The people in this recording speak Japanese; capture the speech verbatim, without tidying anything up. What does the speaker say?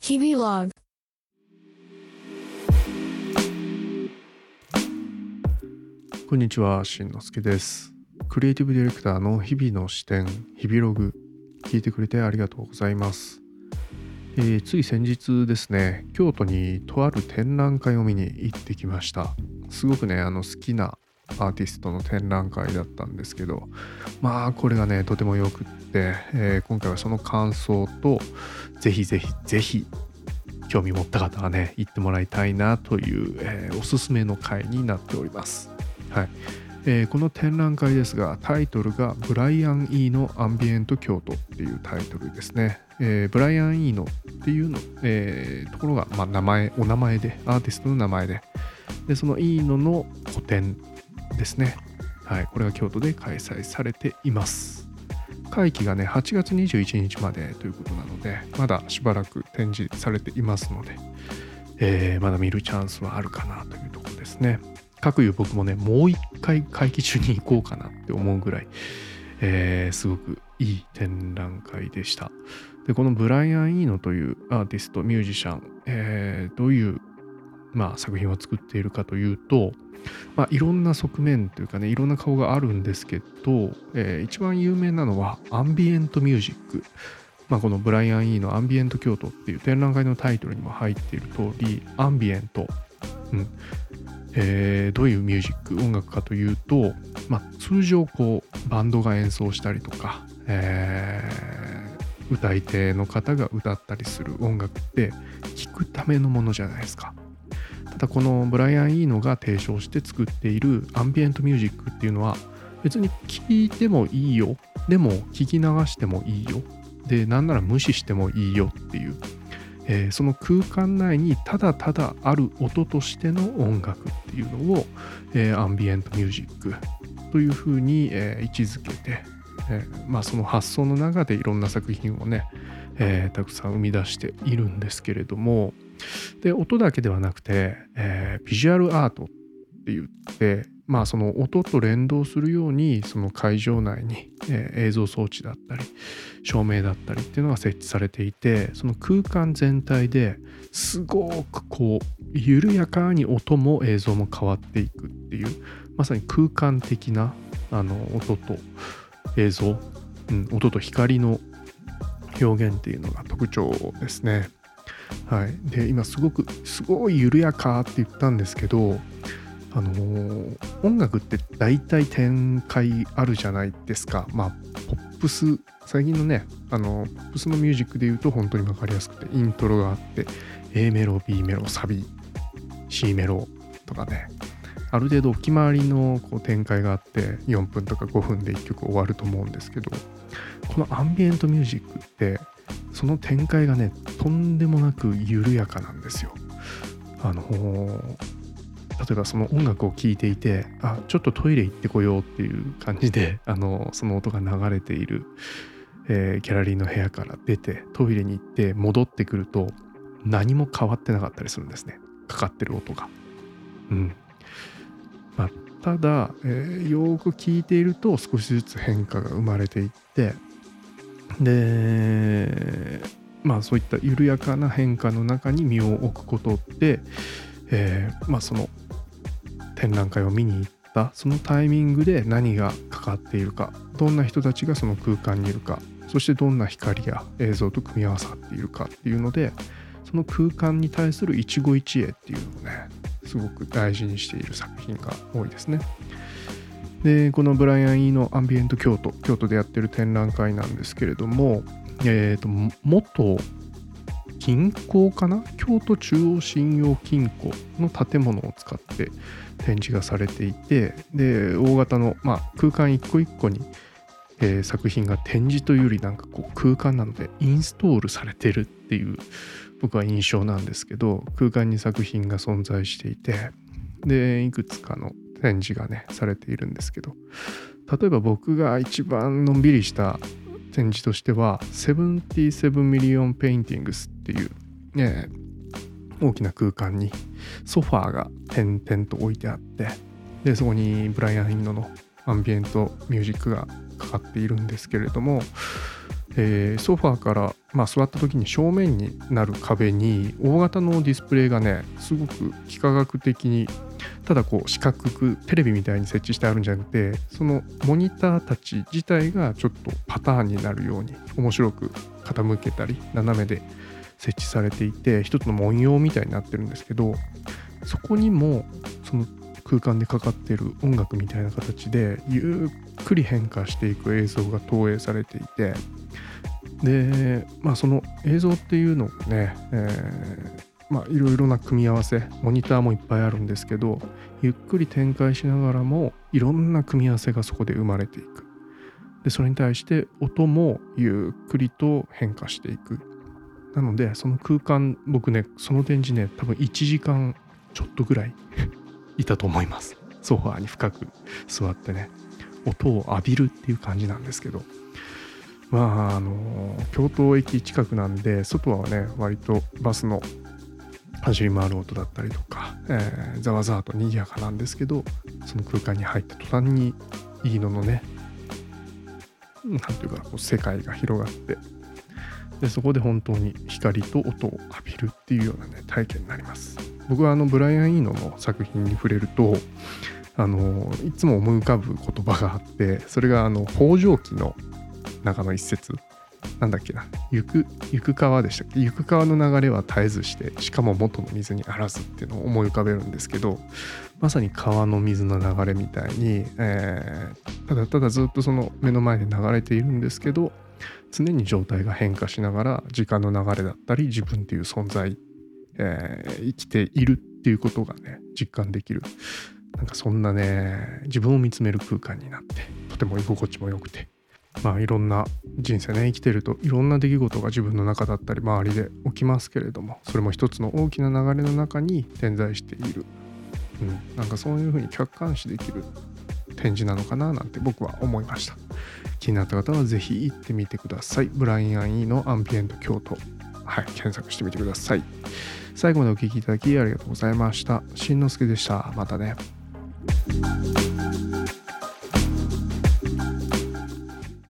日々ログ。 こんにちは、しんのすけです。クリエイティブディレクターの日々の視点、日々ログ、聞いてくれてありがとうございます。えー、つい先日ですね、京都にとある展覧会を見に行ってきました。すごくね、あの好きなアーティストの展覧会だったんですけど、まあこれがね、とてもよくって、えー今回はその感想と、ぜひぜひぜひ興味持った方はね、行ってもらいたいなという、えーおすすめの回になっております。はい。えーこの展覧会ですが、タイトルがブライアン・イーのアンビエント京都っていうタイトルですね。えーブライアン・イーノっていうの、えーところが、まあ、名前、お名前で、アーティストの名前で、で、そのイーノの個展ですね。はい。これが京都で開催されています。会期がね、はちがつにじゅういちにちまでということなので、まだしばらく展示されていますので、えーまだ見るチャンスはあるかなというところですね。かくいう僕もね、もう一回会期中に行こうかなって思うぐらい、えーすごくいい展覧会でした。で、このブライアン・イーノというアーティスト、ミュージシャン、えーどういう、まあ、作品を作っているかというと、まあ、いろんな側面というかね、いろんな顔があるんですけど、えー一番有名なのはアンビエントミュージック。まあ、このブライアン・イーのアンビエント京都っていう展覧会のタイトルにも入っている通り、アンビエント、うんえーどういうミュージック、音楽かというと、まあ、通常こうバンドが演奏したりとか、えー歌い手の方が歌ったりする音楽って聴くためのものじゃないですか。ただこのブライアン・イーノが提唱して作っているアンビエントミュージックっていうのは別に聴いてもいいよ、でも聞き流してもいいよ、でなんなら無視してもいいよっていう、えーその空間内にただただある音としての音楽っていうのを、えーアンビエントミュージックというふうに、えー位置づけて、えーまあ、その発想の中でいろんな作品をね、えーたくさん生み出しているんですけれども、で音だけではなくて、えービジュアルアートって言って、まあその音と連動するようにその会場内に、えー映像装置だったり照明だったりっていうのが設置されていて、その空間全体ですごくこう緩やかに音も映像も変わっていくっていう、まさに空間的なあの音と映像、うん、音と光の表現っていうのが特徴ですね。はい、で今すごくすごい緩やかって言ったんですけど、あのー音楽って大体展開あるじゃないですか。まあポップス、最近のね、あのポップスのミュージックで言うと本当に分かりやすくて、イントロがあって A メロ B メロサビ C メロとかね、ある程度お決まりのこう展開があってよんぷんとかごふんでいっきょく終わると思うんですけど、このアンビエントミュージックってその展開がね、とんでもなく緩やかなんですよ。あのー例えばその音楽を聴いていて、あ、ちょっとトイレ行ってこようっていう感じで、あのその音が流れている、えーギャラリーの部屋から出てトイレに行って戻ってくると何も変わってなかったりするんですね。かかってる音が。うん。まあ、ただ、えーよーく聞いていると少しずつ変化が生まれていって、で、まあそういった緩やかな変化の中に身を置くことで、えーまあその展覧会を見に行ったそのタイミングで何がかかっているか、どんな人たちがその空間にいるか、そしてどんな光や映像と組み合わさっているかっていうので、その空間に対する一期一会っていうのをね、すごく大事にしている作品が多いですね。で、このブライアン・イーのアンビエント京都、京都でやってる展覧会なんですけれども、えーと、元銀行かな、京都中央信用金庫の建物を使って展示がされていて、で大型の、まあ、空間一個一個に、えー作品が展示というよりなんかこう空間なのでインストールされてるっていう僕は印象なんですけど、空間に作品が存在していて、でいくつかの展示がねされているんですけど、例えば僕が一番のんびりした展示としてはセブンティーセブンミリオンペインティングスっていう、ね、大きな空間にソファーが点々と置いてあって、でそこにブライアン・イーノのアンビエントミュージックがかかっているんですけれども、 えー、ソファーから、まあ、座った時に正面になる壁に大型のディスプレイがねすごく幾何学的にただこう四角くテレビみたいに設置してあるんじゃなくて、そのモニターたち自体がちょっとパターンになるように面白く傾けたり斜めで設置されていて、一つの文様みたいになってるんですけど、そこにもその空間でかかっている音楽みたいな形でゆっくり変化していく映像が投影されていて、でまあその映像っていうのがね、えーまあいろいろな組み合わせ、モニターもいっぱいあるんですけど、ゆっくり展開しながらもいろんな組み合わせがそこで生まれていく。でそれに対して音もゆっくりと変化していく。なのでその空間、僕ねその展示ね多分いちじかんちょっとぐらいいたと思います。ソファーに深く座ってね音を浴びるっていう感じなんですけど、まああの京都駅近くなんで外はね割とバスの走り回る音だったりとか、えー、ざわざわと賑やかなんですけど、その空間に入った途端にいいののね、なんていうかこう世界が広がって、でそこで本当に光と音を浴びるっていうようなね体験になります。僕はあのブライアン・イーノの作品に触れると、あのいつも思い浮かぶ言葉があって、それがあの北条記の中の一節なんだっけな、行く行く川でしたっけ、行く川の流れは絶えずして、しかも元の水にあらずっていうのを思い浮かべるんですけど、まさに川の水の流れみたいに、えー、ただただずっとその目の前で流れているんですけど、常に状態が変化しながら時間の流れだったり自分っていう存在、えー、生きているっていうことがね実感できる、なんかそんなね自分を見つめる空間になって、とても居心地も良くて、まあいろんな人生ね生きてるといろんな出来事が自分の中だったり周りで起きますけれども、それも一つの大きな流れの中に点在している、うん、なんかそういうふうに客観視できる展示なのかななんて僕は思いました。気になった方はぜひ行ってみてください。ブライアン・イーのアンビエント京都、はい、検索してみてください。最後までお聞きいただきありがとうございました。しんのすけでした。またね。